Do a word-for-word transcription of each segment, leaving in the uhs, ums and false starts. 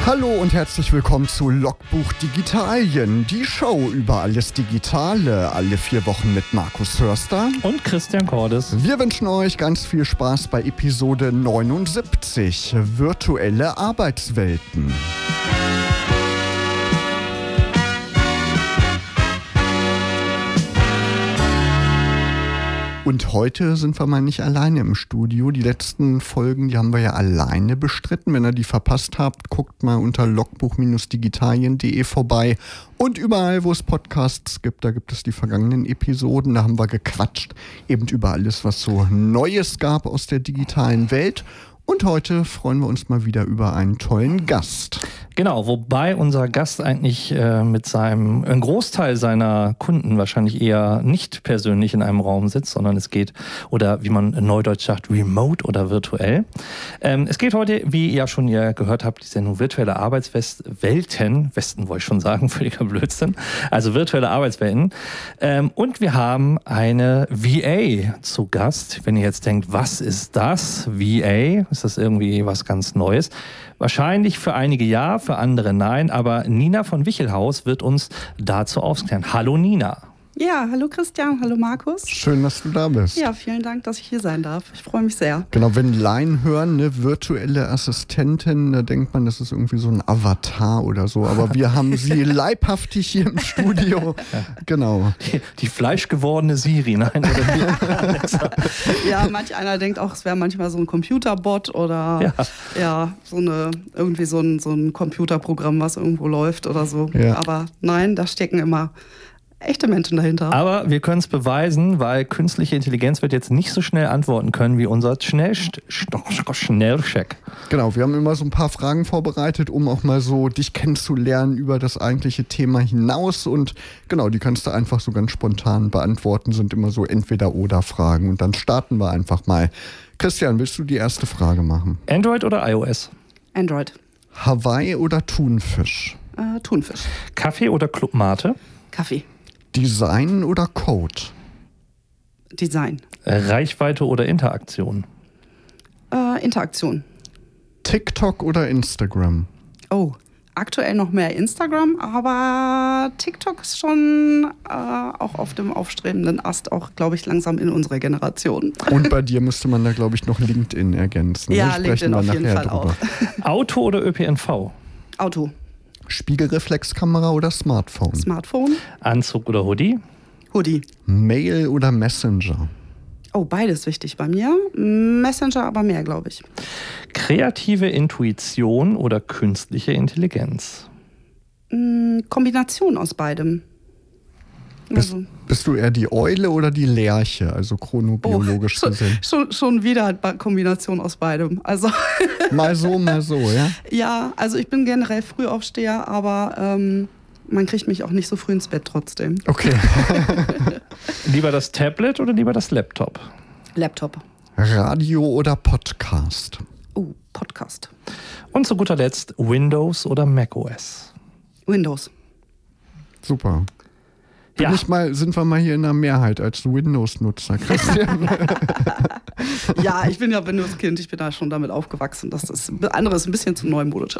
Hallo und herzlich willkommen zu Logbuch Digitalien, die Show über alles Digitale, alle vier Wochen mit Markus Hörster und Christian Cordes. Wir wünschen euch ganz viel Spaß bei Episode neunundsiebzig, virtuelle Arbeitswelten. Und heute sind wir mal nicht alleine im Studio. Die letzten Folgen, die haben wir ja alleine bestritten. Wenn ihr die verpasst habt, guckt mal unter logbuch digitalien punkt de vorbei. Und überall, wo es Podcasts gibt, da gibt es die vergangenen Episoden. Da haben wir gequatscht, eben über alles, was so Neues gab aus der digitalen Welt. Und heute freuen wir uns mal wieder über einen tollen Gast. Genau, wobei unser Gast eigentlich äh, mit seinem, ein Großteil seiner Kunden wahrscheinlich eher nicht persönlich in einem Raum sitzt, sondern es geht, oder wie man in Neudeutsch sagt, remote oder virtuell. Ähm, es geht heute, wie ihr ja schon ihr gehört habt, die Sendung virtuelle Arbeitswelten, Westen wollte ich schon sagen, völliger Blödsinn, also virtuelle Arbeitswelten. Ähm, und wir haben eine V A zu Gast. Wenn ihr jetzt denkt, was ist das? V A? Ist das irgendwie was ganz Neues? Wahrscheinlich für einige ja, für andere nein, aber Nina von Wichelhaus wird uns dazu aufklären. Hallo Nina. Ja, hallo Christian, hallo Markus. Schön, dass du da bist. Ja, vielen Dank, dass ich hier sein darf. Ich freue mich sehr. Genau, wenn Laien hören, eine virtuelle Assistentin, da denkt man, das ist irgendwie so ein Avatar oder so. Aber wir haben sie leibhaftig hier im Studio. Genau. Die, die fleischgewordene Siri, nein? Oder ja, manch einer denkt auch, es wäre manchmal so ein Computerbot oder ja, ja so eine, irgendwie so ein, so ein Computerprogramm, was irgendwo läuft oder so. Ja. Aber nein, da stecken immer echte Menschen dahinter. Aber wir können es beweisen, weil künstliche Intelligenz wird jetzt nicht so schnell antworten können wie unser Schnellcheck. Genau, wir haben immer so ein paar Fragen vorbereitet, um auch mal so dich kennenzulernen über das eigentliche Thema hinaus. Und genau, die kannst du einfach so ganz spontan beantworten, sind immer so Entweder-Oder-Fragen. Und dann starten wir einfach mal. Christian, willst du die erste Frage machen? Android oder iOS? Android. Hawaii oder Thunfisch? Äh, Thunfisch. Kaffee oder Club Mate? Kaffee. Design oder Code? Design. Reichweite oder Interaktion? Äh, Interaktion. TikTok oder Instagram? Oh, aktuell noch mehr Instagram, aber TikTok ist schon äh, auch auf dem aufstrebenden Ast, auch, glaube ich, langsam in unserer Generation. Und bei dir müsste man da, glaube ich, noch LinkedIn ergänzen. Ja, LinkedIn auf jeden Fall drüber. Auch. Auto oder Ö P N V? Auto. Spiegelreflexkamera oder Smartphone? Smartphone. Anzug oder Hoodie? Hoodie. Mail oder Messenger? Oh, beides wichtig bei mir. Messenger aber mehr, glaube ich. Kreative Intuition oder künstliche Intelligenz? Kombination aus beidem. Bist, also. bist du eher die Eule oder die Lerche, also chronobiologisch oh, schon, gesehen? Schon, schon wieder Kombination aus beidem. Also mal so, mal so, ja? Ja, also ich bin generell Frühaufsteher, aber ähm, man kriegt mich auch nicht so früh ins Bett trotzdem. Okay. Lieber das Tablet oder lieber das Laptop? Laptop. Radio oder Podcast? Oh, Podcast. Und zu guter Letzt Windows oder macOS? Windows. Super. Bin Ja. ich mal, sind wir mal hier in der Mehrheit als Windows-Nutzer, Christian? Ja, ich bin ja Windows-Kind, ich bin da schon damit aufgewachsen. Das ist, andere ist ein bisschen zu neumodisch.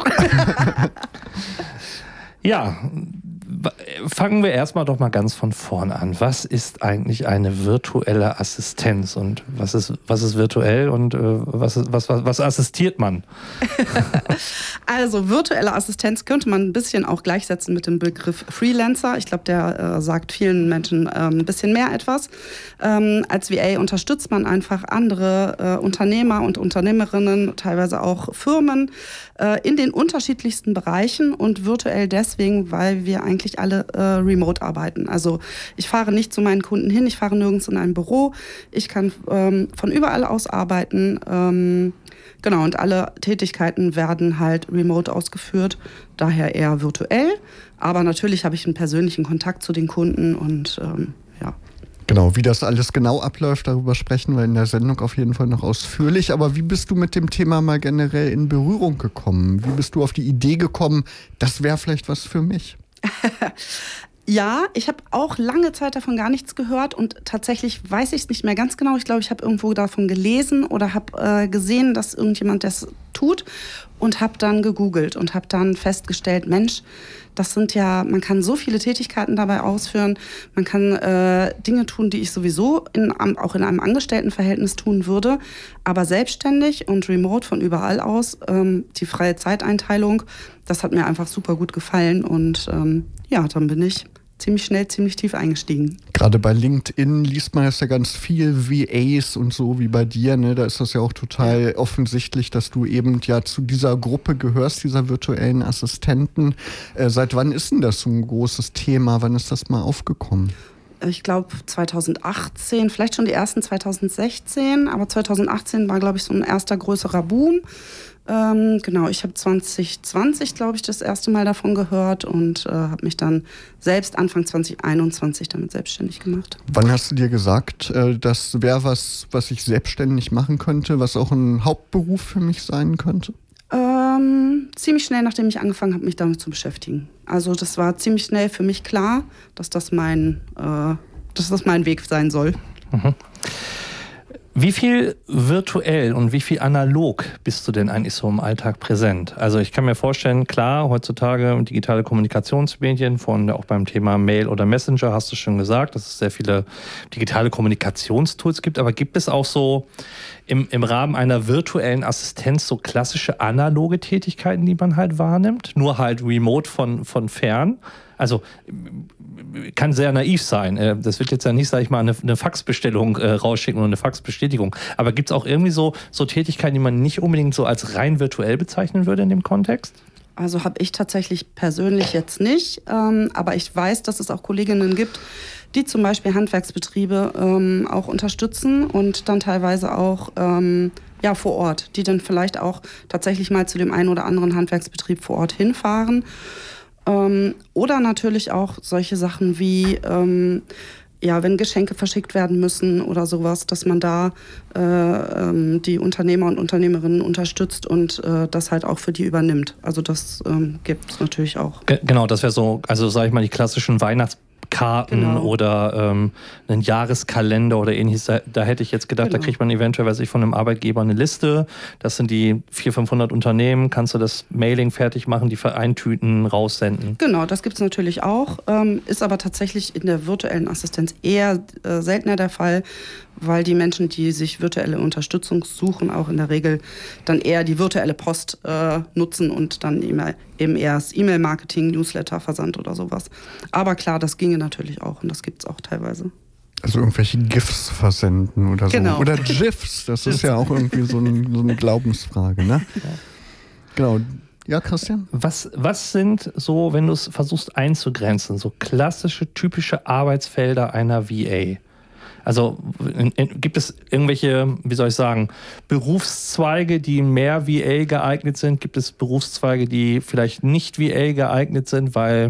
Ja, fangen wir erstmal doch mal ganz von vorne an. Was ist eigentlich eine virtuelle Assistenz und was ist, was ist virtuell und äh, was, ist, was, was, was assistiert man? Also virtuelle Assistenz könnte man ein bisschen auch gleichsetzen mit dem Begriff Freelancer. Ich glaube, der äh, sagt vielen Menschen äh, ein bisschen mehr etwas. Ähm, als V A unterstützt man einfach andere äh, Unternehmer und Unternehmerinnen, teilweise auch Firmen äh, in den unterschiedlichsten Bereichen und virtuell deswegen, weil wir eigentlich alle äh, remote arbeiten. Also ich fahre nicht zu meinen Kunden hin, ich fahre nirgends in ein Büro. Ich kann ähm, von überall aus arbeiten. Ähm, genau, und alle Tätigkeiten werden halt remote ausgeführt, daher eher virtuell. Aber natürlich habe ich einen persönlichen Kontakt zu den Kunden und ähm, ja. Genau, wie das alles genau abläuft, darüber sprechen wir in der Sendung auf jeden Fall noch ausführlich. Aber wie bist du mit dem Thema mal generell in Berührung gekommen? Wie bist du auf die Idee gekommen, das wäre vielleicht was für mich? Ja, ich habe auch lange Zeit davon gar nichts gehört und tatsächlich weiß ich es nicht mehr ganz genau. Ich glaube, ich habe irgendwo davon gelesen oder habe äh, gesehen, dass irgendjemand das tut und habe dann gegoogelt und habe dann festgestellt, Mensch, das sind ja, man kann so viele Tätigkeiten dabei ausführen, man kann äh, Dinge tun, die ich sowieso in, auch in einem Angestelltenverhältnis tun würde, aber selbstständig und remote von überall aus, ähm, die freie Zeiteinteilung, das hat mir einfach super gut gefallen und ähm, ja, dann bin ich ziemlich schnell, ziemlich tief eingestiegen. Gerade bei LinkedIn liest man jetzt ja ganz viel V As und so wie bei dir, ne? Da ist das ja auch total ja. offensichtlich, dass du eben ja zu dieser Gruppe gehörst, dieser virtuellen Assistenten. Äh, seit wann ist denn das so ein großes Thema? Wann ist das mal aufgekommen? Ich glaube zweitausendachtzehn, vielleicht schon die ersten zweitausendsechzehn, aber zweitausendachtzehn war, glaube ich, so ein erster größerer Boom. Ähm, genau, ich habe zwanzig zwanzig, glaube ich, das erste Mal davon gehört und äh, habe mich dann selbst Anfang zwanzig einundzwanzig damit selbstständig gemacht. Wann hast du dir gesagt, äh, das wäre was, was ich selbstständig machen könnte, was auch ein Hauptberuf für mich sein könnte? Ähm, ziemlich schnell, nachdem ich angefangen habe, mich damit zu beschäftigen. Also das war ziemlich schnell für mich klar, dass das mein, äh, dass das mein Weg sein soll. Mhm. Wie viel virtuell und wie viel analog bist du denn eigentlich so im Alltag präsent? Also ich kann mir vorstellen, klar, heutzutage digitale Kommunikationsmedien, von auch beim Thema Mail oder Messenger hast du schon gesagt, dass es sehr viele digitale Kommunikationstools gibt, aber gibt es auch so im, im Rahmen einer virtuellen Assistenz so klassische analoge Tätigkeiten, die man halt wahrnimmt, nur halt remote von, von fern? Also kann sehr naiv sein. Das wird jetzt ja nicht, sag ich mal, eine, eine Faxbestellung äh, rausschicken oder eine Faxbestätigung. Aber gibt es auch irgendwie so, so Tätigkeiten, die man nicht unbedingt so als rein virtuell bezeichnen würde in dem Kontext? Also habe ich tatsächlich persönlich jetzt nicht. Ähm, aber ich weiß, dass es auch Kolleginnen gibt, die zum Beispiel Handwerksbetriebe ähm, auch unterstützen und dann teilweise auch ähm, ja, vor Ort, die dann vielleicht auch tatsächlich mal zu dem einen oder anderen Handwerksbetrieb vor Ort hinfahren. Ähm, oder natürlich auch solche Sachen wie, ähm, ja, wenn Geschenke verschickt werden müssen oder sowas, dass man da äh, ähm, die Unternehmer und Unternehmerinnen unterstützt und äh, das halt auch für die übernimmt. Also das ähm, gibt es natürlich auch. Ge- genau, das wäre so, also sage ich mal, die klassischen Weihnachts Karten genau. oder ähm, einen Jahreskalender oder ähnliches. Da, da hätte ich jetzt gedacht, genau. da kriegt man eventuell, weiß ich, von einem Arbeitgeber eine Liste. Das sind die vierhundert, fünfhundert Unternehmen. Kannst du das Mailing fertig machen, die eintüten, raussenden? Genau, das gibt es natürlich auch. Ähm, ist aber tatsächlich in der virtuellen Assistenz eher äh, seltener der Fall, weil die Menschen, die sich virtuelle Unterstützung suchen, auch in der Regel dann eher die virtuelle Post äh, nutzen und dann eben eher das E-Mail-Marketing, Newsletter-Versand oder sowas. Aber klar, das ginge natürlich auch und das gibt es auch teilweise. Also irgendwelche GIFs versenden oder so. Genau. Oder GIFs, das ist ja auch irgendwie so, ein, so eine Glaubensfrage, ne? Ja. Genau. Ja, Christian? Was, was sind so, wenn du es versuchst einzugrenzen, so klassische, typische Arbeitsfelder einer V A? Also in, in, gibt es irgendwelche, wie soll ich sagen, Berufszweige, die mehr V A geeignet sind? Gibt es Berufszweige, die vielleicht nicht V A geeignet sind, weil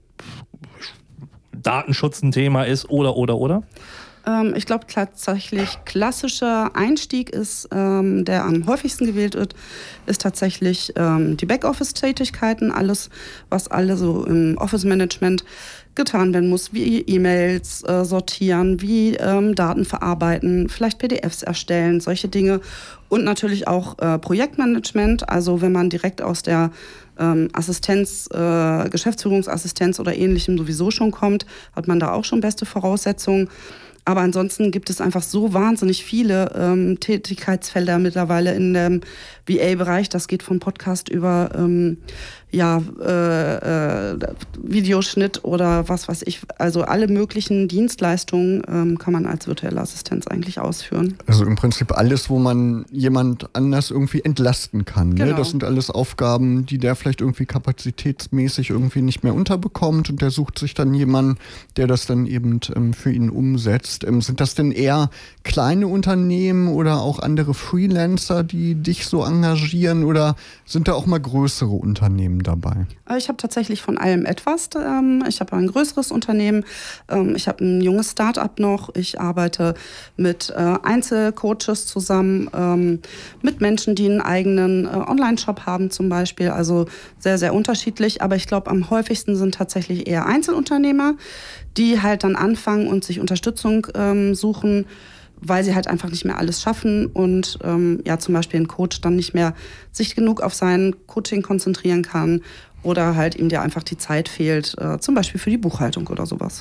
Datenschutz ein Thema ist oder, oder, oder? Ähm, ich glaube tatsächlich, klassischer Einstieg ist, ähm, der am häufigsten gewählt wird, ist tatsächlich ähm, die Backoffice-Tätigkeiten. Alles, was alle so im Office-Management getan werden muss, wie E-Mails äh, sortieren, wie ähm, Daten verarbeiten, vielleicht P D Fs erstellen, solche Dinge. Und natürlich auch äh, Projektmanagement, also wenn man direkt aus der ähm, Assistenz, äh, Geschäftsführungsassistenz oder ähnlichem sowieso schon kommt, hat man da auch schon beste Voraussetzungen. Aber ansonsten gibt es einfach so wahnsinnig viele ähm, Tätigkeitsfelder mittlerweile in dem V A-Bereich. Das geht von Podcast über ähm, ja, äh, äh, Videoschnitt oder was weiß ich. Also alle möglichen Dienstleistungen ähm, kann man als virtuelle Assistenz eigentlich ausführen. Also im Prinzip alles, wo man jemand anders irgendwie entlasten kann. Genau. Ne? Das sind alles Aufgaben, die der vielleicht irgendwie kapazitätsmäßig irgendwie nicht mehr unterbekommt und der sucht sich dann jemanden, der das dann eben ähm, für ihn umsetzt. Ähm, sind das denn eher kleine Unternehmen oder auch andere Freelancer, die dich so engagieren oder sind da auch mal größere Unternehmen dabei? Ich habe tatsächlich von allem etwas. Ich habe ein größeres Unternehmen, ich habe ein junges Start-up noch, ich arbeite mit Einzelcoaches zusammen, mit Menschen, die einen eigenen Online-Shop haben zum Beispiel, also sehr, sehr unterschiedlich. Aber ich glaube, am häufigsten sind tatsächlich eher Einzelunternehmer, die halt dann anfangen und sich Unterstützung suchen weil sie halt einfach nicht mehr alles schaffen und ähm, ja zum Beispiel ein Coach dann nicht mehr sich genug auf sein Coaching konzentrieren kann oder halt ihm dir einfach die Zeit fehlt, äh, zum Beispiel für die Buchhaltung oder sowas.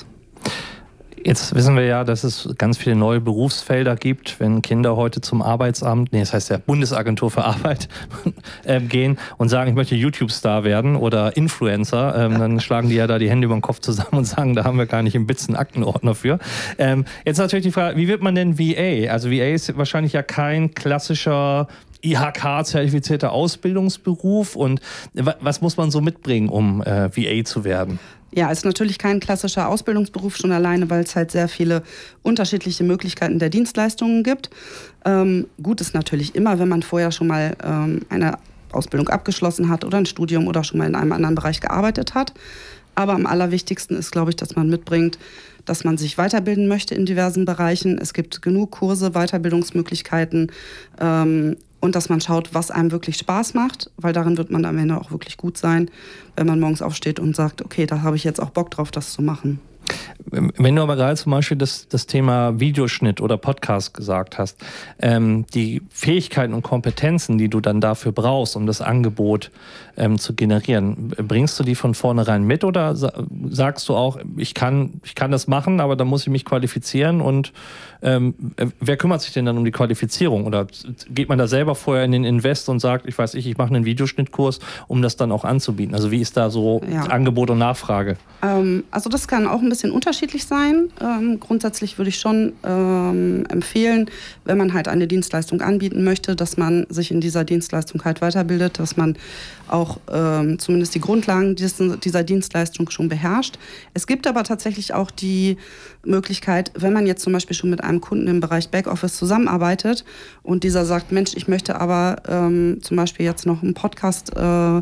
Jetzt wissen wir ja, dass es ganz viele neue Berufsfelder gibt, wenn Kinder heute zum Arbeitsamt, nee, das heißt ja Bundesagentur für Arbeit, äh, gehen und sagen, ich möchte YouTube-Star werden oder Influencer, ähm, dann schlagen die ja da die Hände über den Kopf zusammen und sagen, da haben wir gar nicht im Bits einen Aktenordner für. Ähm, jetzt natürlich die Frage, wie wird man denn V A? Also V A ist wahrscheinlich ja kein klassischer I H K-zertifizierter Ausbildungsberuf und was muss man so mitbringen, um äh, V A zu werden? Ja, ist natürlich kein klassischer Ausbildungsberuf, schon alleine, weil es halt sehr viele unterschiedliche Möglichkeiten der Dienstleistungen gibt. Ähm, gut ist natürlich immer, wenn man vorher schon mal ähm, eine Ausbildung abgeschlossen hat oder ein Studium oder schon mal in einem anderen Bereich gearbeitet hat. Aber am allerwichtigsten ist, glaube ich, dass man mitbringt, dass man sich weiterbilden möchte in diversen Bereichen. Es gibt genug Kurse, Weiterbildungsmöglichkeiten ähm, und dass man schaut, was einem wirklich Spaß macht, weil darin wird man am Ende auch wirklich gut sein, wenn man morgens aufsteht und sagt, okay, da habe ich jetzt auch Bock drauf, das zu machen. Wenn du aber gerade zum Beispiel das, das Thema Videoschnitt oder Podcast gesagt hast, ähm, die Fähigkeiten und Kompetenzen, die du dann dafür brauchst, um das Angebot ähm, zu generieren, bringst du die von vornherein mit oder sa- sagst du auch, ich kann, ich kann das machen, aber dann muss ich mich qualifizieren und ähm, wer kümmert sich denn dann um die Qualifizierung? Oder geht man da selber vorher in den Invest und sagt, ich weiß nicht, ich mache einen Videoschnittkurs, um das dann auch anzubieten? Also wie ist da so Ja. Angebot und Nachfrage? Ähm, also das kann auch ein bisschen unterschiedlich sein. Ähm, grundsätzlich würde ich schon ähm, empfehlen, wenn man halt eine Dienstleistung anbieten möchte, dass man sich in dieser Dienstleistung halt weiterbildet, dass man auch ähm, zumindest die Grundlagen dieser, dieser Dienstleistung schon beherrscht. Es gibt aber tatsächlich auch die Möglichkeit, wenn man jetzt zum Beispiel schon mit einem Kunden im Bereich Backoffice zusammenarbeitet und dieser sagt, Mensch, ich möchte aber ähm, zum Beispiel jetzt noch einen Podcast äh, äh,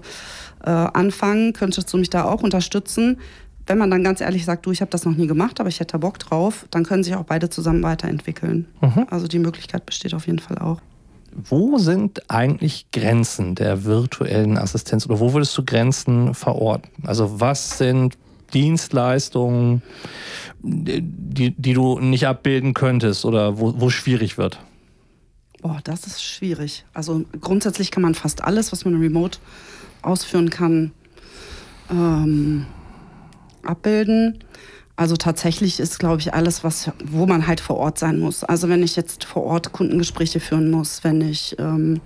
anfangen, könntest du mich da auch unterstützen? Wenn man dann ganz ehrlich sagt, du, ich habe das noch nie gemacht, aber ich hätte da Bock drauf, dann können sich auch beide zusammen weiterentwickeln. Mhm. Also die Möglichkeit besteht auf jeden Fall auch. Wo sind eigentlich Grenzen der virtuellen Assistenz oder wo würdest du Grenzen verorten? Also was sind Dienstleistungen, die, die du nicht abbilden könntest oder wo, wo schwierig wird? Boah, das ist schwierig. Also grundsätzlich kann man fast alles, was man remote ausführen kann, ähm, abbilden. Also tatsächlich ist, glaube ich, alles, was, wo man halt vor Ort sein muss. Also wenn ich jetzt vor Ort Kundengespräche führen muss, wenn ich, ähm,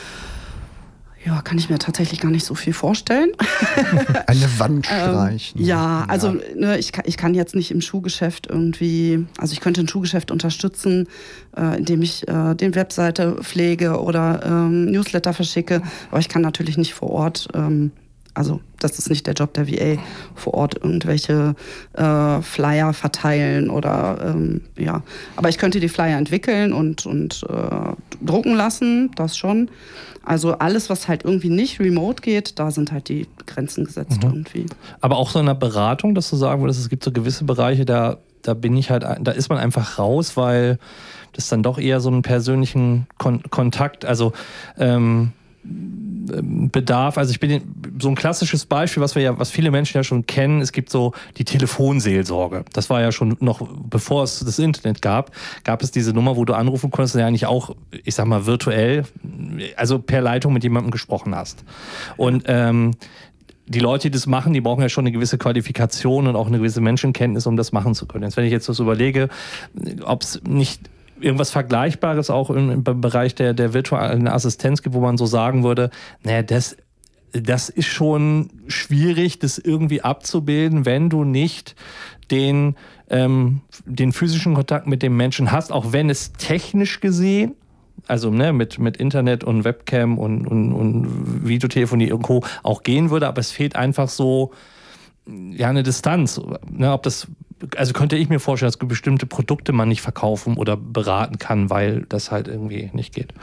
ja, kann ich mir tatsächlich gar nicht so viel vorstellen. Eine Wand streichen. ähm, ja, also ne, ich, kann, ich kann jetzt nicht im Schuhgeschäft irgendwie, also ich könnte ein Schuhgeschäft unterstützen, äh, indem ich äh, den Webseite pflege oder ähm, Newsletter verschicke, aber ich kann natürlich nicht vor Ort, ähm, also das ist nicht der Job der V A, vor Ort irgendwelche äh, Flyer verteilen oder ähm, ja. Aber ich könnte die Flyer entwickeln und, und äh, drucken lassen, das schon. Also alles, was halt irgendwie nicht remote geht, da sind halt die Grenzen gesetzt mhm. irgendwie. Aber auch so in der Beratung, dass du sagen würdest, es gibt so gewisse Bereiche, da, da bin ich halt, da ist man einfach raus, weil das dann doch eher so einen persönlichen Kon- Kontakt, also ähm, Bedarf, also ich bin so ein klassisches Beispiel, was wir ja, was viele Menschen ja schon kennen, es gibt so die Telefonseelsorge. Das war ja schon noch, bevor es das Internet gab, gab es diese Nummer, wo du anrufen konntest und ja eigentlich auch, ich sag mal, virtuell, also per Leitung mit jemandem gesprochen hast. Und ähm, die Leute, die das machen, die brauchen ja schon eine gewisse Qualifikation und auch eine gewisse Menschenkenntnis, um das machen zu können. Jetzt, wenn ich jetzt das überlege, ob es nicht irgendwas Vergleichbares auch im, im Bereich der, der virtuellen Assistenz gibt, wo man so sagen würde, naja, das, das ist schon schwierig, das irgendwie abzubilden, wenn du nicht den, ähm, den physischen Kontakt mit dem Menschen hast, auch wenn es technisch gesehen, also ne, mit, mit Internet und Webcam und, und, und Videotelefonie irgendwo auch gehen würde, aber es fehlt einfach so ja eine Distanz. Ne, ob das Also könnte ich mir vorstellen, dass bestimmte Produkte man nicht verkaufen oder beraten kann, weil das halt irgendwie nicht geht.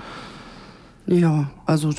Ja, also,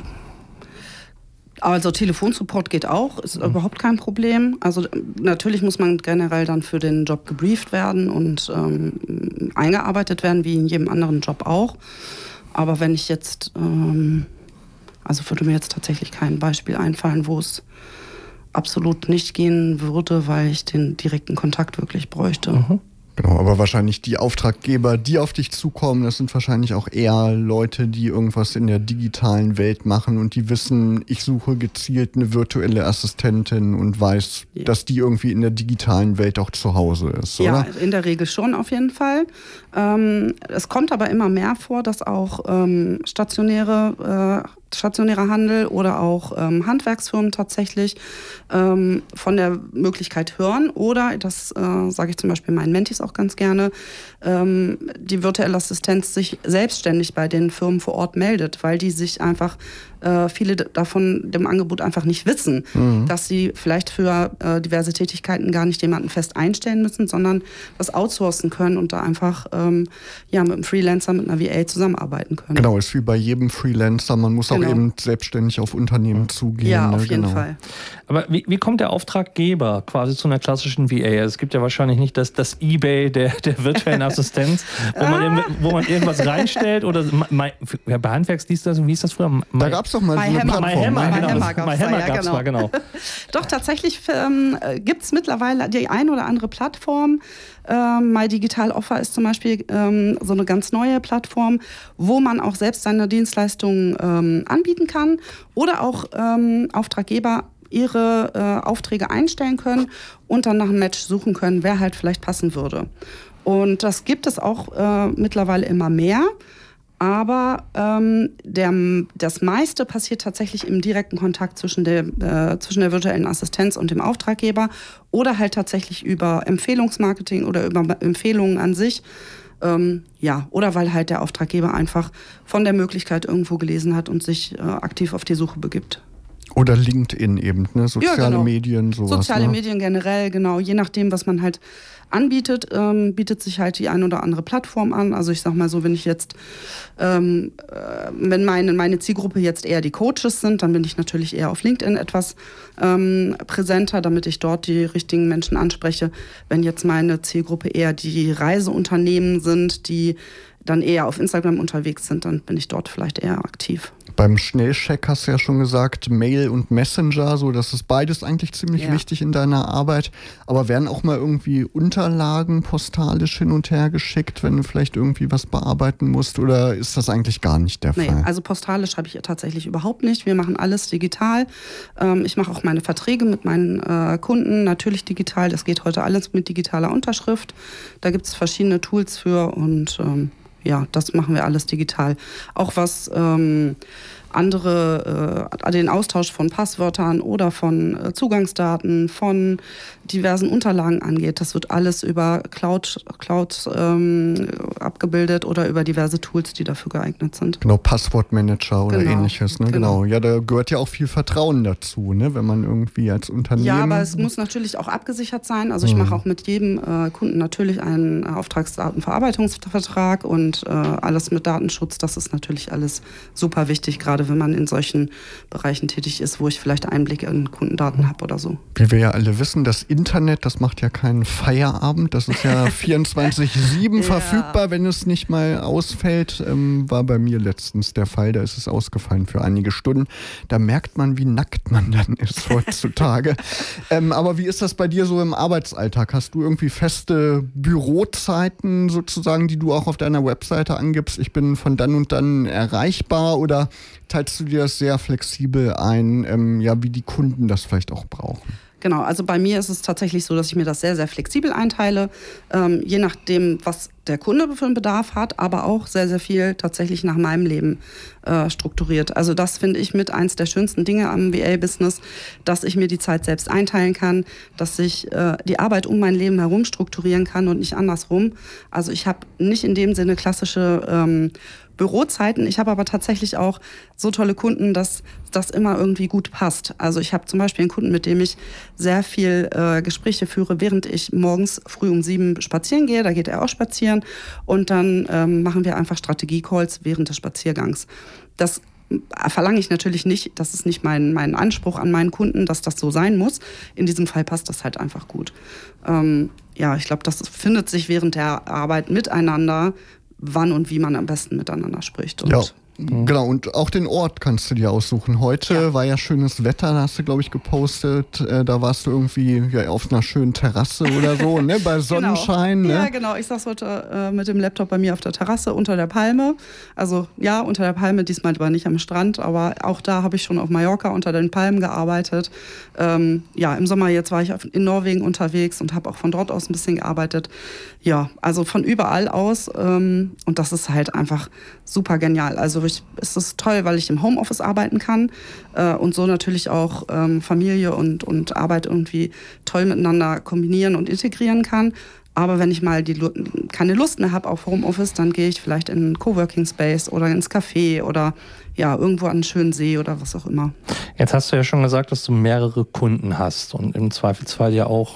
also Telefonsupport geht auch, ist mhm. überhaupt kein Problem. Also natürlich muss man generell dann für den Job gebrieft werden und ähm, eingearbeitet werden, wie in jedem anderen Job auch. Aber wenn ich jetzt, ähm, also würde mir jetzt tatsächlich kein Beispiel einfallen, wo es absolut nicht gehen würde, weil ich den direkten Kontakt wirklich bräuchte. Mhm. Genau, aber wahrscheinlich die Auftraggeber, die auf dich zukommen, das sind wahrscheinlich auch eher Leute, die irgendwas in der digitalen Welt machen und die wissen, ich suche gezielt eine virtuelle Assistentin und weiß, ja. dass die irgendwie in der digitalen Welt auch zu Hause ist, oder? Ja, in der Regel schon auf jeden Fall. Ähm, es kommt aber immer mehr vor, dass auch ähm, stationäre äh, stationärer Handel oder auch ähm, Handwerksfirmen tatsächlich ähm, von der Möglichkeit hören oder, das äh, sage ich zum Beispiel meinen Mentis auch ganz gerne, ähm, die virtuelle Assistenz sich selbstständig bei den Firmen vor Ort meldet, weil die sich einfach äh, viele davon dem Angebot einfach nicht wissen, mhm. dass sie vielleicht für äh, diverse Tätigkeiten gar nicht jemanden fest einstellen müssen, sondern das outsourcen können und da einfach ähm, ja, mit einem Freelancer, mit einer V A zusammenarbeiten können. Genau, ist wie bei jedem Freelancer, man muss genau. auch eben selbstständig auf Unternehmen zugehen. Ja, auf ne? jeden genau. Fall. Aber wie, wie kommt der Auftraggeber quasi zu einer klassischen V A? Also es gibt ja wahrscheinlich nicht das, das eBay der, der virtuellen Assistenz, wo, man, wo man irgendwas reinstellt oder my, bei Handwerksdienstleistungen, wie hieß das früher? My, da gab es doch mal My so eine Hammer. Plattform. My Hammer, My genau. Hammer gab's My Hammer da, ja, gab's genau. mal, genau. Doch, tatsächlich ähm, gibt es mittlerweile die ein oder andere Plattform. Ähm, My Digital Offer ist zum Beispiel ähm, so eine ganz neue Plattform, wo man auch selbst seine Dienstleistungen ähm, anbieten kann oder auch ähm, Auftraggeber ihre äh, Aufträge einstellen können und dann nach einem Match suchen können, wer halt vielleicht passen würde. Und das gibt es auch äh, mittlerweile immer mehr. Aber ähm, der, das meiste passiert tatsächlich im direkten Kontakt zwischen der, äh, zwischen der virtuellen Assistenz und dem Auftraggeber oder halt tatsächlich über Empfehlungsmarketing oder über Empfehlungen an sich. Ähm, ja, oder weil halt der Auftraggeber einfach von der Möglichkeit irgendwo gelesen hat und sich äh, aktiv auf die Suche begibt. Oder LinkedIn eben, ne? Soziale ja, genau. Medien, sowas. Soziale ne? Medien generell, genau. Je nachdem, was man halt anbietet, ähm, bietet sich halt die ein oder andere Plattform an. Also ich sag mal so, wenn ich jetzt, ähm, äh, wenn meine, meine Zielgruppe jetzt eher die Coaches sind, dann bin ich natürlich eher auf LinkedIn etwas ähm, präsenter, damit ich dort die richtigen Menschen anspreche. Wenn jetzt meine Zielgruppe eher die Reiseunternehmen sind, die dann eher auf Instagram unterwegs sind, dann bin ich dort vielleicht eher aktiv. Beim Schnellcheck hast du ja schon gesagt, Mail und Messenger, so, das ist beides eigentlich ziemlich ja. wichtig in deiner Arbeit. Aber werden auch mal irgendwie Unterlagen postalisch hin und her geschickt, wenn du vielleicht irgendwie was bearbeiten musst? Oder ist das eigentlich gar nicht der nee, Fall? Also postalisch habe ich tatsächlich überhaupt nicht. Wir machen alles digital. Ähm, ich mache auch meine Verträge mit meinen äh, Kunden natürlich digital. Das geht heute alles mit digitaler Unterschrift. Da gibt es verschiedene Tools für und ähm, ja, das machen wir alles digital. Auch was ähm, andere, äh, den Austausch von Passwörtern oder von äh, Zugangsdaten, von diversen Unterlagen angeht, das wird alles über Cloud, Cloud ähm, abgebildet oder über diverse Tools, die dafür geeignet sind. Genau, Passwortmanager oder genau. ähnliches. Ne? Genau. genau. Ja, da gehört ja auch viel Vertrauen dazu, ne? Wenn man irgendwie als Unternehmen... Ja, aber es muss natürlich auch abgesichert sein. Also ich mhm. mache auch mit jedem äh, Kunden natürlich einen Auftragsdatenverarbeitungsvertrag und äh, alles mit Datenschutz. Das ist natürlich alles super wichtig, gerade wenn man in solchen Bereichen tätig ist, wo ich vielleicht Einblick in Kundendaten habe oder so. Wie wir ja alle wissen, das Internet, das macht ja keinen Feierabend. Das ist ja vierundzwanzig sieben ja. verfügbar, wenn es nicht mal ausfällt. Ähm, war bei mir letztens der Fall. Da ist es ausgefallen für einige Stunden. Da merkt man, wie nackt man dann ist heutzutage. ähm, aber wie ist das bei dir so im Arbeitsalltag? Hast du irgendwie feste Bürozeiten sozusagen, die du auch auf deiner Webseite angibst? Ich bin von dann und dann erreichbar, oder teilst du dir das sehr flexibel ein, ähm, ja, wie die Kunden das vielleicht auch brauchen? Genau, also bei mir ist es tatsächlich so, dass ich mir das sehr, sehr flexibel einteile, ähm, je nachdem, was der Kunde für einen Bedarf hat, aber auch sehr, sehr viel tatsächlich nach meinem Leben äh, strukturiert. Also das finde ich mit eins der schönsten Dinge am V A-Business, dass ich mir die Zeit selbst einteilen kann, dass ich äh, die Arbeit um mein Leben herum strukturieren kann und nicht andersrum. Also ich habe nicht in dem Sinne klassische ähm, Bürozeiten. Ich habe aber tatsächlich auch so tolle Kunden, dass das immer irgendwie gut passt. Also ich habe zum Beispiel einen Kunden, mit dem ich sehr viel äh, Gespräche führe, während ich morgens früh um sieben spazieren gehe. Da geht er auch spazieren. Und dann ähm, machen wir einfach Strategie-Calls während des Spaziergangs. Das verlange ich natürlich nicht. Das ist nicht mein, mein Anspruch an meinen Kunden, dass das so sein muss. In diesem Fall passt das halt einfach gut. Ähm, ja, ich glaube, das findet sich während der Arbeit miteinander, wann und wie man am besten miteinander spricht. Und ja. Genau, und auch den Ort kannst du dir aussuchen. Heute ja. war ja schönes Wetter, da hast du, glaube ich, gepostet. Äh, da warst du irgendwie ja, auf einer schönen Terrasse oder so, ne? Bei Sonnenschein. Genau. Ne? Ja, genau. Ich saß heute äh, mit dem Laptop bei mir auf der Terrasse unter der Palme. Also ja, unter der Palme, diesmal war nicht am Strand, aber auch da habe ich schon auf Mallorca unter den Palmen gearbeitet. Ähm, ja, im Sommer jetzt war ich in Norwegen unterwegs und habe auch von dort aus ein bisschen gearbeitet. Ja, also von überall aus. Ähm, und das ist halt einfach super genial. Also ich, es ist toll, weil ich im Homeoffice arbeiten kann äh, und so natürlich auch ähm, Familie und, und Arbeit irgendwie toll miteinander kombinieren und integrieren kann. Aber wenn ich mal die, keine Lust mehr habe auf Homeoffice, dann gehe ich vielleicht in einen Coworking Space oder ins Café oder ja, irgendwo an einen schönen See oder was auch immer. Jetzt hast du ja schon gesagt, dass du mehrere Kunden hast und im Zweifelsfall ja auch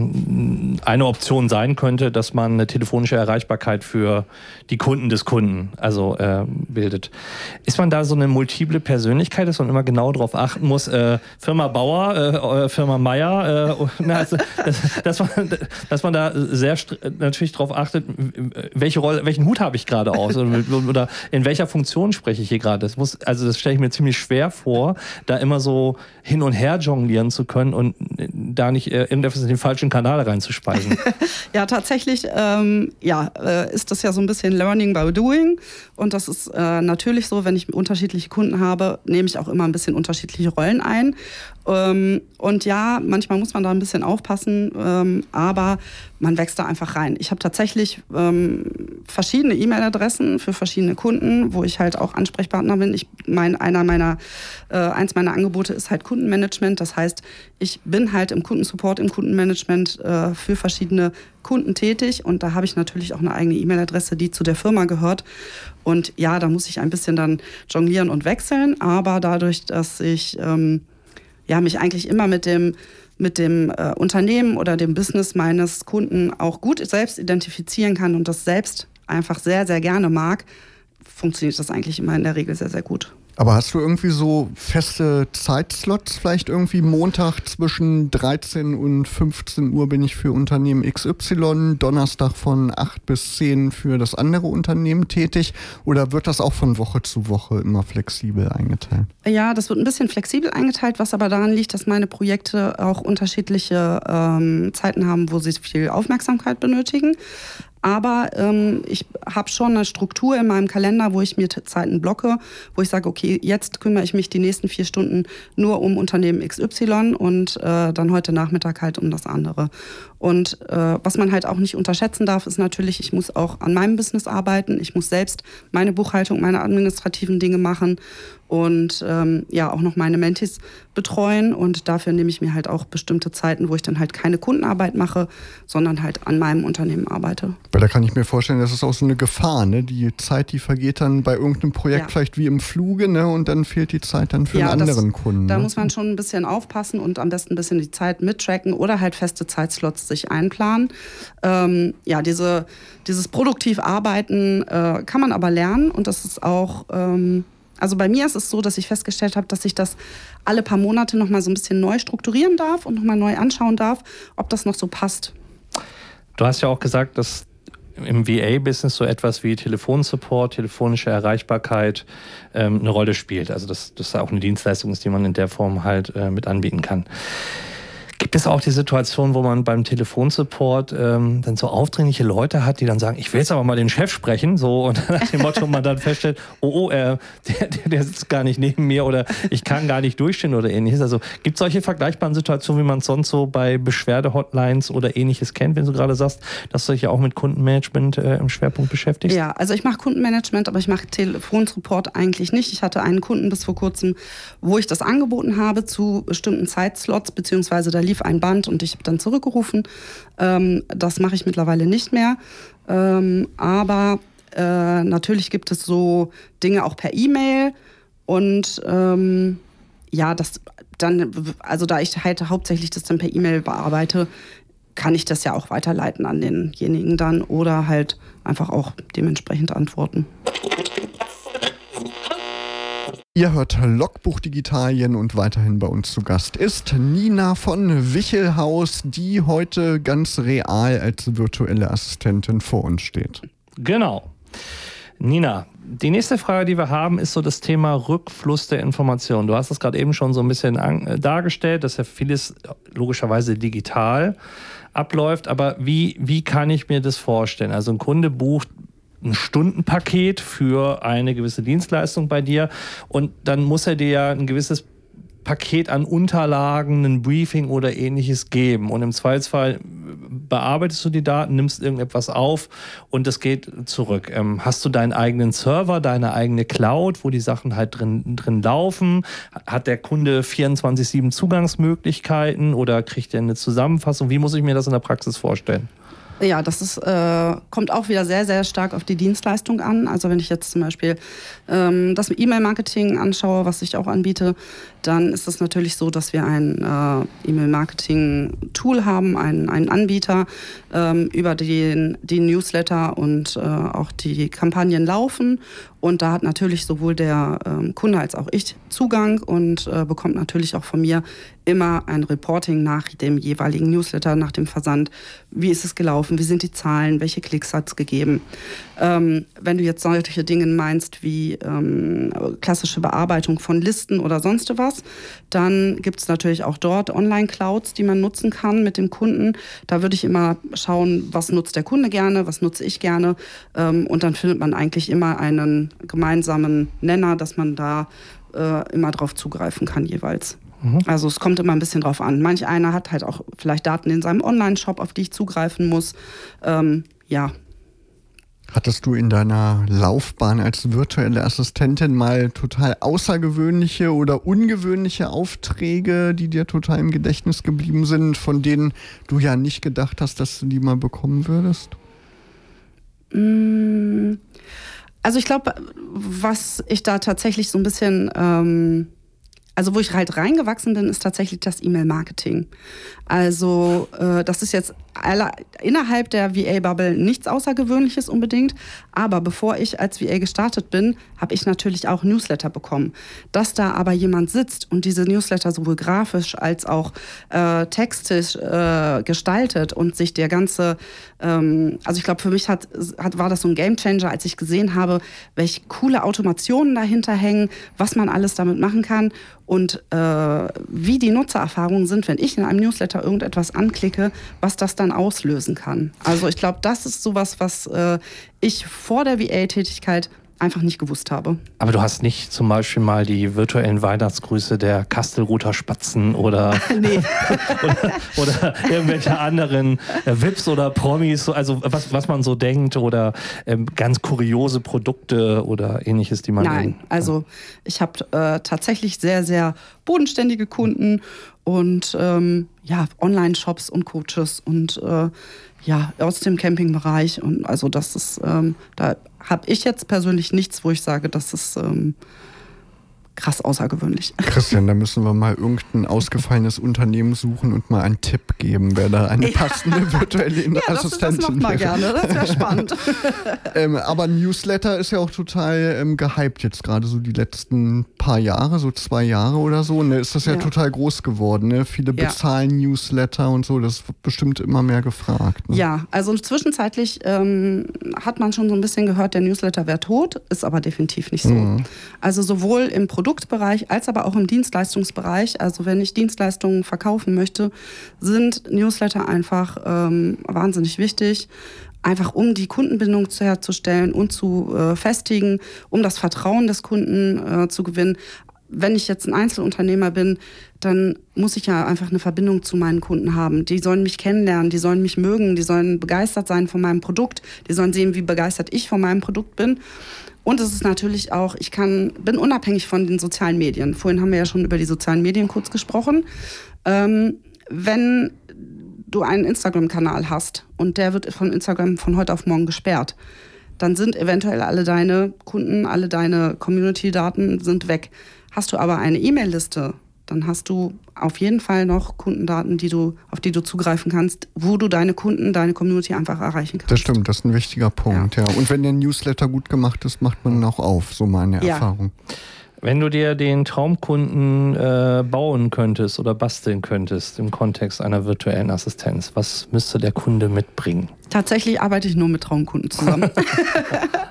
mh, eine Option sein könnte, dass man eine telefonische Erreichbarkeit für die Kunden des Kunden also äh, bildet. Ist man da so eine multiple Persönlichkeit, dass man immer genau darauf achten muss, äh, Firma Bauer, äh, Firma Meier, äh, also, dass, dass, man, dass man da sehr natürlich darauf achtet, welche Rolle, welchen Hut habe ich gerade aus oder, oder in welcher Funktion spreche ich hier gerade. Das muss, also das stelle ich mir ziemlich schwer vor, da immer so hin und her jonglieren zu können und da nicht äh, in den falschen Kanal reinzuspeisen. Ja, tatsächlich ähm, ja, äh, ist das ja so ein bisschen Learning by Doing und das ist äh, natürlich so, wenn ich unterschiedliche Kunden habe, nehme ich auch immer ein bisschen unterschiedliche Rollen ein. Ähm, und ja, manchmal muss man da ein bisschen aufpassen, ähm, aber man wächst da einfach rein. Ich habe tatsächlich ähm, verschiedene E-Mail-Adressen für verschiedene Kunden, wo ich halt auch Ansprechpartner bin. Ich mein, einer meiner, äh, eins meiner Angebote ist halt Kundenmanagement. Das heißt, ich bin halt im Kundensupport, im Kundenmanagement äh, für verschiedene Kunden tätig und da habe ich natürlich auch eine eigene E-Mail-Adresse, die zu der Firma gehört. Und ja, da muss ich ein bisschen dann jonglieren und wechseln, aber dadurch, dass ich ähm, ja, mich eigentlich immer mit dem mit dem äh, Unternehmen oder dem Business meines Kunden auch gut selbst identifizieren kann und das selbst einfach sehr, sehr gerne mag, funktioniert das eigentlich immer in der Regel sehr, sehr gut. Aber hast du irgendwie so feste Zeitslots? Vielleicht irgendwie Montag zwischen dreizehn und fünfzehn Uhr bin ich für Unternehmen X Y, Donnerstag von acht bis zehn für das andere Unternehmen tätig? Oder wird das auch von Woche zu Woche immer flexibel eingeteilt? Ja, das wird ein bisschen flexibel eingeteilt, was aber daran liegt, dass meine Projekte auch unterschiedliche ähm, Zeiten haben, wo sie viel Aufmerksamkeit benötigen. Aber ähm, ich habe schon eine Struktur in meinem Kalender, wo ich mir Zeiten blocke, wo ich sage, okay, jetzt kümmere ich mich die nächsten vier Stunden nur um Unternehmen X Y und äh, dann heute Nachmittag halt um das andere. Und äh, was man halt auch nicht unterschätzen darf, ist natürlich, ich muss auch an meinem Business arbeiten. Ich muss selbst meine Buchhaltung, meine administrativen Dinge machen und ähm, ja auch noch meine Mentis betreuen. Und dafür nehme ich mir halt auch bestimmte Zeiten, wo ich dann halt keine Kundenarbeit mache, sondern halt an meinem Unternehmen arbeite. Weil da kann ich mir vorstellen, das ist auch so eine Gefahr, ne? Die Zeit, die vergeht dann bei irgendeinem Projekt ja. vielleicht wie im Fluge, ne? Und dann fehlt die Zeit dann für ja, einen anderen das, Kunden. Da ne? muss man schon ein bisschen aufpassen und am besten ein bisschen die Zeit mittracken oder halt feste Zeitslots sich einplanen. Ähm, ja, diese, dieses produktiv Arbeiten äh, kann man aber lernen und das ist auch... Ähm, Also bei mir ist es so, dass ich festgestellt habe, dass ich das alle paar Monate noch mal so ein bisschen neu strukturieren darf und noch mal neu anschauen darf, ob das noch so passt. Du hast ja auch gesagt, dass im V A-Business so etwas wie Telefonsupport, telefonische Erreichbarkeit ähm, eine Rolle spielt. Also dass das auch eine Dienstleistung ist, die man in der Form halt äh, mit anbieten kann. Gibt es auch die Situation, wo man beim Telefonsupport ähm, dann so aufdringliche Leute hat, die dann sagen, ich will jetzt aber mal den Chef sprechen, so und nach dem Motto man dann feststellt, oh, oh, äh, der, der sitzt gar nicht neben mir oder ich kann gar nicht durchstehen oder ähnliches. Also gibt es solche vergleichbaren Situationen, wie man es sonst so bei Beschwerde-Hotlines oder ähnliches kennt, wenn du gerade sagst, dass du dich ja auch mit Kundenmanagement äh, im Schwerpunkt beschäftigst? Ja, also ich mache Kundenmanagement, aber ich mache Telefonsupport eigentlich nicht. Ich hatte einen Kunden bis vor kurzem, wo ich das angeboten habe zu bestimmten Zeitslots, beziehungsweise da lief ein Band und ich habe dann zurückgerufen. Ähm, das mache ich mittlerweile nicht mehr. Ähm, aber äh, natürlich gibt es so Dinge auch per E-Mail und ähm, ja, das dann, also da ich halt hauptsächlich das dann per E-Mail bearbeite, kann ich das ja auch weiterleiten an denjenigen dann oder halt einfach auch dementsprechend antworten. Ihr hört Logbuch Digitalien und weiterhin bei uns zu Gast ist Nina von Wichelhaus, die heute ganz real als virtuelle Assistentin vor uns steht. Genau. Nina, die nächste Frage, die wir haben, ist so das Thema Rückfluss der Informationen. Du hast es gerade eben schon so ein bisschen an, äh, dargestellt, dass ja vieles logischerweise digital abläuft. Aber wie, wie kann ich mir das vorstellen? Also ein Kunde bucht ein Stundenpaket für eine gewisse Dienstleistung bei dir und dann muss er dir ja ein gewisses Paket an Unterlagen, ein Briefing oder ähnliches geben. Und im Zweifelsfall bearbeitest du die Daten, nimmst irgendetwas auf und es geht zurück. Ähm, hast du deinen eigenen Server, deine eigene Cloud, wo die Sachen halt drin, drin laufen? Hat der Kunde vierundzwanzig sieben Zugangsmöglichkeiten oder kriegt er eine Zusammenfassung? Wie muss ich mir das in der Praxis vorstellen? Ja, das ist, äh, kommt auch wieder sehr, sehr stark auf die Dienstleistung an. Also wenn ich jetzt zum Beispiel ähm, das E-Mail-Marketing anschaue, was ich auch anbiete, dann ist es natürlich so, dass wir ein äh, E-Mail-Marketing-Tool haben, einen, einen Anbieter, ähm, über den die Newsletter und äh, auch die Kampagnen laufen. Und da hat natürlich sowohl der ähm, Kunde als auch ich Zugang und äh, bekommt natürlich auch von mir immer ein Reporting nach dem jeweiligen Newsletter, nach dem Versand. Wie ist es gelaufen? Wie sind die Zahlen? Welche Klicks hat es gegeben? Ähm, wenn du jetzt solche Dinge meinst wie ähm, klassische Bearbeitung von Listen oder sonst was, dann gibt es natürlich auch dort Online-Clouds, die man nutzen kann mit dem Kunden. Da würde ich immer schauen, was nutzt der Kunde gerne, was nutze ich gerne. Ähm, und dann findet man eigentlich immer einen gemeinsamen Nenner, dass man da äh, immer drauf zugreifen kann jeweils. Mhm. Also es kommt immer ein bisschen drauf an. Manch einer hat halt auch vielleicht Daten in seinem Online-Shop, auf die ich zugreifen muss. Ähm, ja. Hattest du in deiner Laufbahn als virtuelle Assistentin mal total außergewöhnliche oder ungewöhnliche Aufträge, die dir total im Gedächtnis geblieben sind, von denen du ja nicht gedacht hast, dass du die mal bekommen würdest? Also ich glaube, was ich da tatsächlich so ein bisschen... Ähm Also wo ich halt reingewachsen bin, ist tatsächlich das E-Mail-Marketing. Also äh, das ist jetzt alle, innerhalb der V A-Bubble nichts Außergewöhnliches unbedingt. Aber bevor ich als V A gestartet bin, habe ich natürlich auch Newsletter bekommen. Dass da aber jemand sitzt und diese Newsletter sowohl grafisch als auch äh, textisch äh, gestaltet und sich der ganze, ähm, also ich glaube für mich hat, hat, war das so ein Gamechanger, als ich gesehen habe, welche coole Automationen dahinter hängen, was man alles damit machen kann. Und äh, wie die Nutzererfahrungen sind, wenn ich in einem Newsletter irgendetwas anklicke, was das dann auslösen kann. Also ich glaube, das ist sowas, was äh, ich vor der V A-Tätigkeit einfach nicht gewusst habe. Aber du hast nicht zum Beispiel mal die virtuellen Weihnachtsgrüße der Kastelruther Spatzen oder, nee. oder, oder irgendwelche anderen äh, V I Ps oder Promis, also was, was man so denkt oder ähm, ganz kuriose Produkte oder ähnliches, die man... Nein, in, also ich habe äh, tatsächlich sehr, sehr bodenständige Kunden und ähm, ja, Online-Shops und Coaches und äh, ja, aus dem Campingbereich. Und also das ist, ähm, da habe ich jetzt persönlich nichts, wo ich sage, das ist ähm, krass außergewöhnlich. Christian, da müssen wir mal irgendein ausgefallenes Unternehmen suchen und mal einen Tipp geben, wer da eine passende ja. virtuelle ja, Assistentin das, das macht mal gerne, das wäre spannend. ähm, aber Newsletter ist ja auch total ähm, gehypt jetzt gerade so die letzten paar Jahre, so zwei Jahre oder so. Ne, ist das ja, ja total groß geworden. Ne? Viele ja. bezahlen Newsletter und so, das wird bestimmt immer mehr gefragt. Ne? Ja, also zwischenzeitlich ähm, hat man schon so ein bisschen gehört, der Newsletter wäre tot, ist aber definitiv nicht so. Mhm. Also sowohl im Produktbereich als aber auch im Dienstleistungsbereich, also wenn ich Dienstleistungen verkaufen möchte, sind Newsletter einfach ähm, wahnsinnig wichtig. Einfach um die Kundenbindung herzustellen und zu äh, festigen, um das Vertrauen des Kunden äh, zu gewinnen. Wenn ich jetzt ein Einzelunternehmer bin, dann muss ich ja einfach eine Verbindung zu meinen Kunden haben. Die sollen mich kennenlernen, die sollen mich mögen, die sollen begeistert sein von meinem Produkt, die sollen sehen, wie begeistert ich von meinem Produkt bin. Und es ist natürlich auch, ich kann, bin unabhängig von den sozialen Medien. Vorhin haben wir ja schon über die sozialen Medien kurz gesprochen. Ähm, wenn du einen Instagram-Kanal hast und der wird von Instagram von heute auf morgen gesperrt, dann sind eventuell alle deine Kunden, alle deine Community-Daten sind weg. Hast du aber eine E-Mail-Liste, dann hast du auf jeden Fall noch Kundendaten, die du, auf die du zugreifen kannst, wo du deine Kunden, deine Community einfach erreichen kannst. Das stimmt, das ist ein wichtiger Punkt. Ja. Ja. Und wenn der Newsletter gut gemacht ist, macht man ihn auch auf, so meine ja. Erfahrung. Wenn du dir den Traumkunden äh, bauen könntest oder basteln könntest im Kontext einer virtuellen Assistenz, was müsste der Kunde mitbringen? Tatsächlich arbeite ich nur mit Traumkunden zusammen.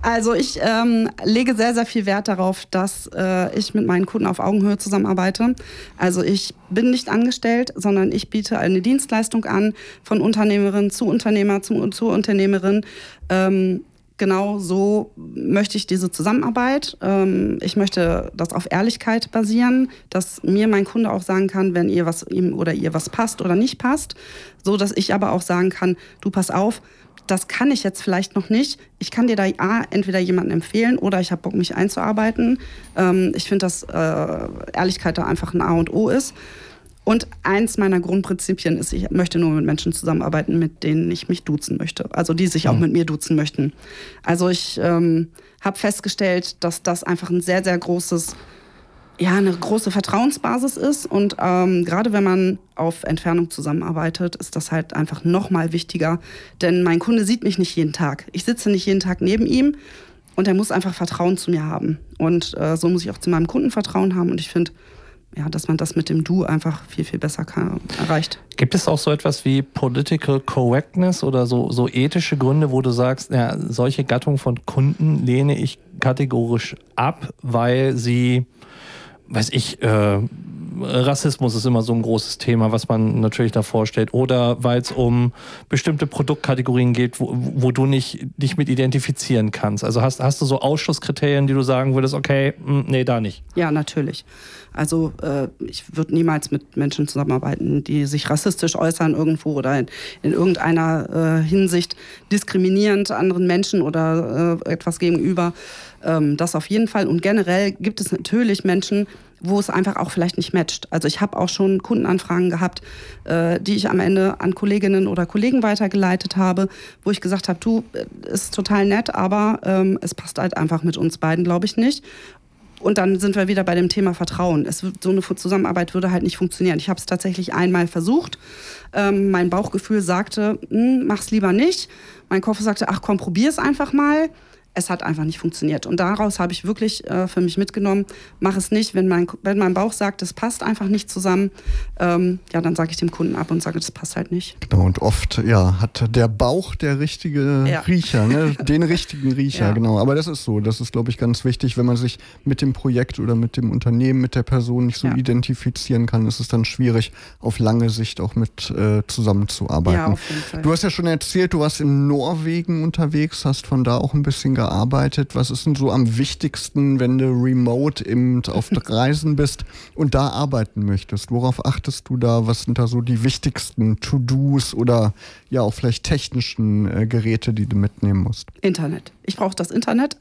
Also ich ähm, lege sehr, sehr viel Wert darauf, dass äh, ich mit meinen Kunden auf Augenhöhe zusammenarbeite. Also ich bin nicht angestellt, sondern ich biete eine Dienstleistung an, von Unternehmerin zu Unternehmer zu, zu Unternehmerin. Ähm, Genau so möchte ich diese Zusammenarbeit. Ich möchte das auf Ehrlichkeit basieren, dass mir mein Kunde auch sagen kann, wenn ihr was ihm oder ihr was passt oder nicht passt, so dass ich aber auch sagen kann, du pass auf, das kann ich jetzt vielleicht noch nicht. Ich kann dir da A, entweder jemanden empfehlen oder ich habe Bock, mich einzuarbeiten. Ich finde, dass Ehrlichkeit da einfach ein A und O ist. Und eins meiner Grundprinzipien ist, ich möchte nur mit Menschen zusammenarbeiten, mit denen ich mich duzen möchte. Also die sich auch mit mir duzen möchten. Also ich ähm, habe festgestellt, dass das einfach ein sehr, sehr großes, ja, eine große Vertrauensbasis ist. Und ähm, gerade wenn man auf Entfernung zusammenarbeitet, ist das halt einfach noch mal wichtiger. Denn mein Kunde sieht mich nicht jeden Tag. Ich sitze nicht jeden Tag neben ihm und er muss einfach Vertrauen zu mir haben. Und äh, so muss ich auch zu meinem Kunden Vertrauen haben. Und ich finde, ja, dass man das mit dem Du einfach viel, viel besser kann, erreicht. Gibt es auch so etwas wie Political Correctness oder so, so ethische Gründe, wo du sagst, ja, solche Gattung von Kunden lehne ich kategorisch ab, weil sie, weiß ich, äh, Rassismus ist immer so ein großes Thema, was man natürlich da vorstellt. Oder weil es um bestimmte Produktkategorien geht, wo, wo du nicht dich mit identifizieren kannst. Also hast, hast du so Ausschlusskriterien, die du sagen würdest, okay, mh, nee, da nicht? Ja, natürlich. Also äh, ich würde niemals mit Menschen zusammenarbeiten, die sich rassistisch äußern irgendwo oder in, in irgendeiner äh, Hinsicht diskriminierend anderen Menschen oder äh, etwas gegenüber. Ähm, das auf jeden Fall. Und generell gibt es natürlich Menschen, wo es einfach auch vielleicht nicht matcht. Also ich habe auch schon Kundenanfragen gehabt, äh, die ich am Ende an Kolleginnen oder Kollegen weitergeleitet habe, wo ich gesagt habe, du, ist total nett, aber ähm, es passt halt einfach mit uns beiden, glaube ich, nicht. Und dann sind wir wieder bei dem Thema Vertrauen. Es, so eine Zusammenarbeit würde halt nicht funktionieren. Ich habe es tatsächlich einmal versucht. Ähm, mein Bauchgefühl sagte, mach's lieber nicht. Mein Kopf sagte, ach komm, probier's einfach mal. Es hat einfach nicht funktioniert. Und daraus habe ich wirklich äh, für mich mitgenommen, mach es nicht. Wenn mein, wenn mein Bauch sagt, es passt einfach nicht zusammen, ähm, ja, dann sage ich dem Kunden ab und sage, das passt halt nicht. Genau, und oft ja, hat der Bauch der richtige ja. Riecher, ne? den richtigen Riecher, ja. genau. Aber das ist so, das ist, glaube ich, ganz wichtig. Wenn man sich mit dem Projekt oder mit dem Unternehmen, mit der Person nicht so ja. identifizieren kann, ist es dann schwierig, auf lange Sicht auch mit äh, zusammenzuarbeiten. Ja, auf jeden Fall. Du hast ja schon erzählt, du warst in Norwegen unterwegs, hast von da auch ein bisschen gearbeitet. gearbeitet. Was ist denn so am wichtigsten, wenn du remote eben auf Reisen bist und da arbeiten möchtest? Worauf achtest du da? Was sind da so die wichtigsten To-Dos oder ja auch vielleicht technischen äh, Geräte, die du mitnehmen musst? Internet. Ich brauche das Internet.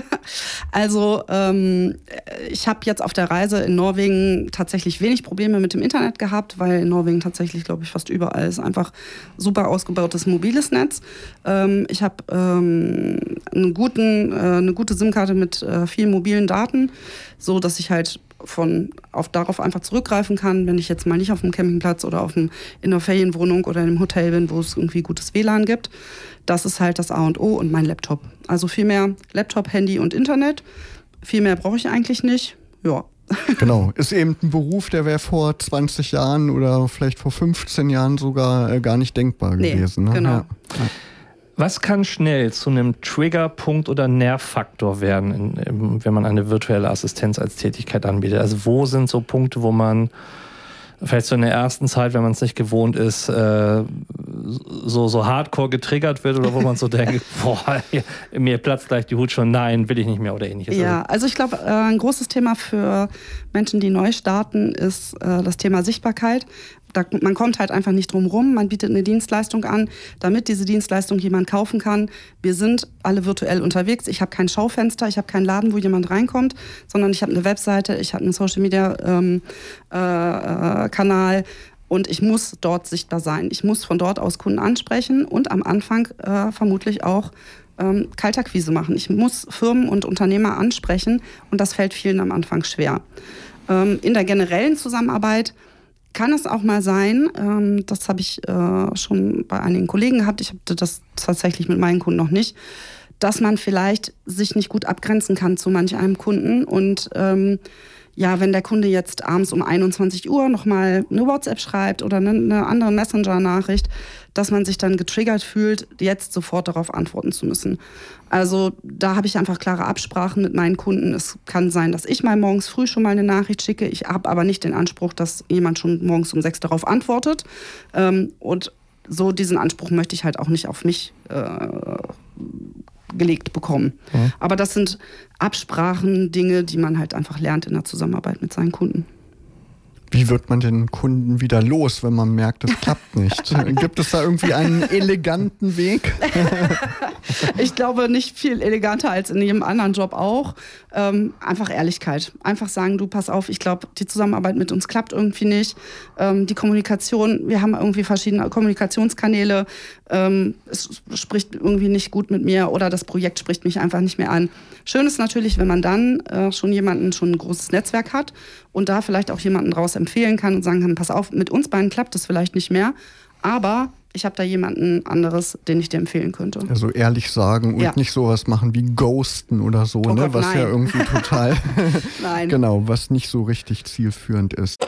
Also ähm, ich habe jetzt auf der Reise in Norwegen tatsächlich wenig Probleme mit dem Internet gehabt, weil in Norwegen tatsächlich, glaube ich, fast überall ist einfach super ausgebautes mobiles Netz. Ähm, ich habe ähm, einen guten, äh, eine gute SIM-Karte mit äh, vielen mobilen Daten, so dass ich halt von auf darauf einfach zurückgreifen kann, wenn ich jetzt mal nicht auf dem Campingplatz oder auf dem, in einer Ferienwohnung oder in einem Hotel bin, wo es irgendwie gutes W L A N gibt. Das ist halt das A und O und mein Laptop. Also viel mehr Laptop, Handy und Internet. Viel mehr brauche ich eigentlich nicht. Ja. Genau, ist eben ein Beruf, der wäre vor zwanzig Jahren oder vielleicht vor fünfzehn Jahren sogar äh, gar nicht denkbar nee, gewesen. Ne? Genau. Ja. Was kann schnell zu einem Triggerpunkt oder Nervfaktor werden, in, in, wenn man eine virtuelle Assistenz als Tätigkeit anbietet? Also wo sind so Punkte, wo man vielleicht so in der ersten Zeit, wenn man es nicht gewohnt ist, äh, so, so hardcore getriggert wird oder wo man so denkt, boah, mir platzt gleich die Hut schon, nein, will ich nicht mehr oder ähnliches. Ja, also ich glaube, äh, ein großes Thema für Menschen, die neu starten, ist äh, das Thema Sichtbarkeit. Da, man kommt halt einfach nicht drum rum, man bietet eine Dienstleistung an, damit diese Dienstleistung jemand kaufen kann. Wir sind alle virtuell unterwegs. Ich habe kein Schaufenster, ich habe keinen Laden, wo jemand reinkommt, sondern ich habe eine Webseite, ich habe einen Social-Media-Kanal ähm, äh, und ich muss dort sichtbar sein. Ich muss von dort aus Kunden ansprechen und am Anfang äh, vermutlich auch ähm, Kaltakquise machen. Ich muss Firmen und Unternehmer ansprechen und das fällt vielen am Anfang schwer. Ähm, in der generellen Zusammenarbeit kann es auch mal sein, ähm, das habe ich äh, schon bei einigen Kollegen gehabt, ich hatte das tatsächlich mit meinen Kunden noch nicht, dass man vielleicht sich nicht gut abgrenzen kann zu manch einem Kunden und ähm, ja, wenn der Kunde jetzt abends um einundzwanzig Uhr nochmal eine WhatsApp schreibt oder eine, eine andere Messenger-Nachricht, dass man sich dann getriggert fühlt, jetzt sofort darauf antworten zu müssen. Also da habe ich einfach klare Absprachen mit meinen Kunden. Es kann sein, dass ich mal morgens früh schon mal eine Nachricht schicke. Ich habe aber nicht den Anspruch, dass jemand schon morgens um sechs darauf antwortet. Ähm, und so diesen Anspruch möchte ich halt auch nicht auf mich äh, gelegt bekommen. Mhm. Aber das sind Absprachen, Dinge, die man halt einfach lernt in der Zusammenarbeit mit seinen Kunden. Wie wird man den Kunden wieder los, wenn man merkt, es klappt nicht? Gibt es da irgendwie einen eleganten Weg? Ich glaube, nicht viel eleganter als in jedem anderen Job auch. Ähm, einfach Ehrlichkeit. Einfach sagen, du, pass auf, ich glaube, die Zusammenarbeit mit uns klappt irgendwie nicht. Ähm, die Kommunikation, wir haben irgendwie verschiedene Kommunikationskanäle. Ähm, es spricht irgendwie nicht gut mit mir oder das Projekt spricht mich einfach nicht mehr an. Schön ist natürlich, wenn man dann äh, schon jemanden, schon ein großes Netzwerk hat und da vielleicht auch jemanden draus empfehlen kann und sagen kann, pass auf, mit uns beiden klappt das vielleicht nicht mehr, aber ich habe da jemanden anderes, den ich dir empfehlen könnte. Also ehrlich sagen und ja. nicht sowas machen wie Ghosten oder so, oh ne? Gott, was nein. ja irgendwie total, nein. genau, was nicht so richtig zielführend ist.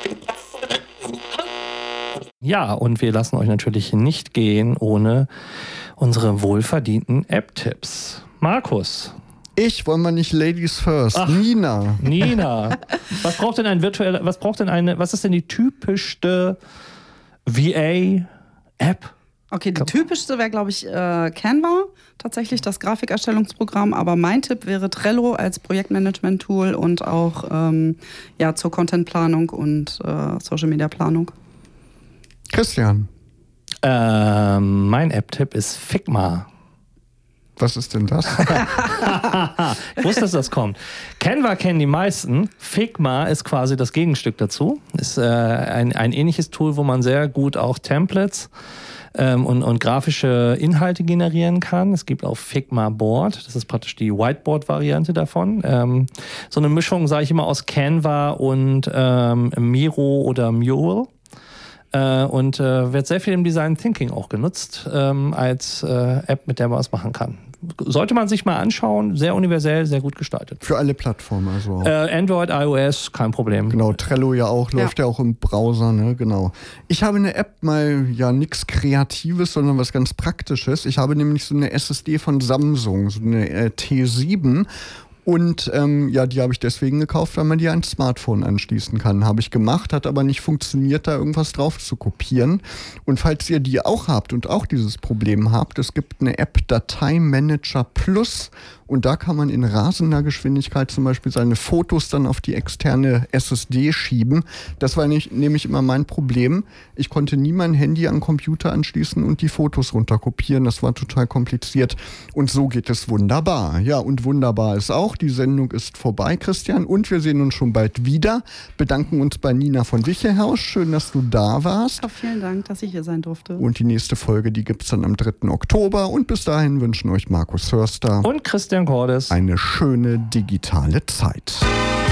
Ja, und wir lassen euch natürlich nicht gehen ohne unsere wohlverdienten App-Tipps. Markus. Ich, wollen wir nicht Ladies First? Ach, Nina. Nina. Was braucht denn ein virtueller, was braucht denn eine, was ist denn die typischste V A-App? Okay, die typischste wäre, glaube ich, äh, Canva, tatsächlich das Grafikerstellungsprogramm. Aber mein Tipp wäre Trello als Projektmanagement-Tool und auch ähm, ja, zur Contentplanung und äh, Social-Media-Planung. Christian. Ähm, mein App-Tipp ist Figma. Was ist denn das? Ich wusste, dass das kommt. Canva kennen die meisten. Figma ist quasi das Gegenstück dazu. Ist äh, ein, ein ähnliches Tool, wo man sehr gut auch Templates ähm, und, und grafische Inhalte generieren kann. Es gibt auch Figma Board. Das ist praktisch die Whiteboard-Variante davon. Ähm, so eine Mischung, sage ich immer, aus Canva und ähm, Miro oder Mural. Und äh, wird sehr viel im Design Thinking auch genutzt ähm, als äh, App, mit der man was machen kann. Sollte man sich mal anschauen, sehr universell, sehr gut gestaltet. Für alle Plattformen also auch. Äh, Android, iOS, kein Problem. Genau, Trello ja auch, läuft ja, ja auch im Browser, ne, genau. Ich habe eine App mal, ja nichts Kreatives, sondern was ganz Praktisches. Ich habe nämlich so eine S S D von Samsung, so eine äh, T sieben. Und ähm, ja, die habe ich deswegen gekauft, weil man die an ein Smartphone anschließen kann. Habe ich gemacht, hat aber nicht funktioniert, da irgendwas drauf zu kopieren. Und falls ihr die auch habt und auch dieses Problem habt, es gibt eine App Dateimanager Plus und da kann man in rasender Geschwindigkeit zum Beispiel seine Fotos dann auf die externe S S D schieben. Das war nicht, nämlich immer mein Problem. Ich konnte nie mein Handy an den Computer anschließen und die Fotos runterkopieren. Das war total kompliziert. Und so geht es wunderbar. Ja, und wunderbar ist auch, die Sendung ist vorbei, Christian. Und wir sehen uns schon bald wieder. Bedanken uns bei Nina von Wichehaus. Schön, dass du da warst. Ja, vielen Dank, dass ich hier sein durfte. Und die nächste Folge, die gibt es dann am dritten Oktober. Und bis dahin wünschen euch Markus Hörster und Christian Cordes eine schöne digitale Zeit.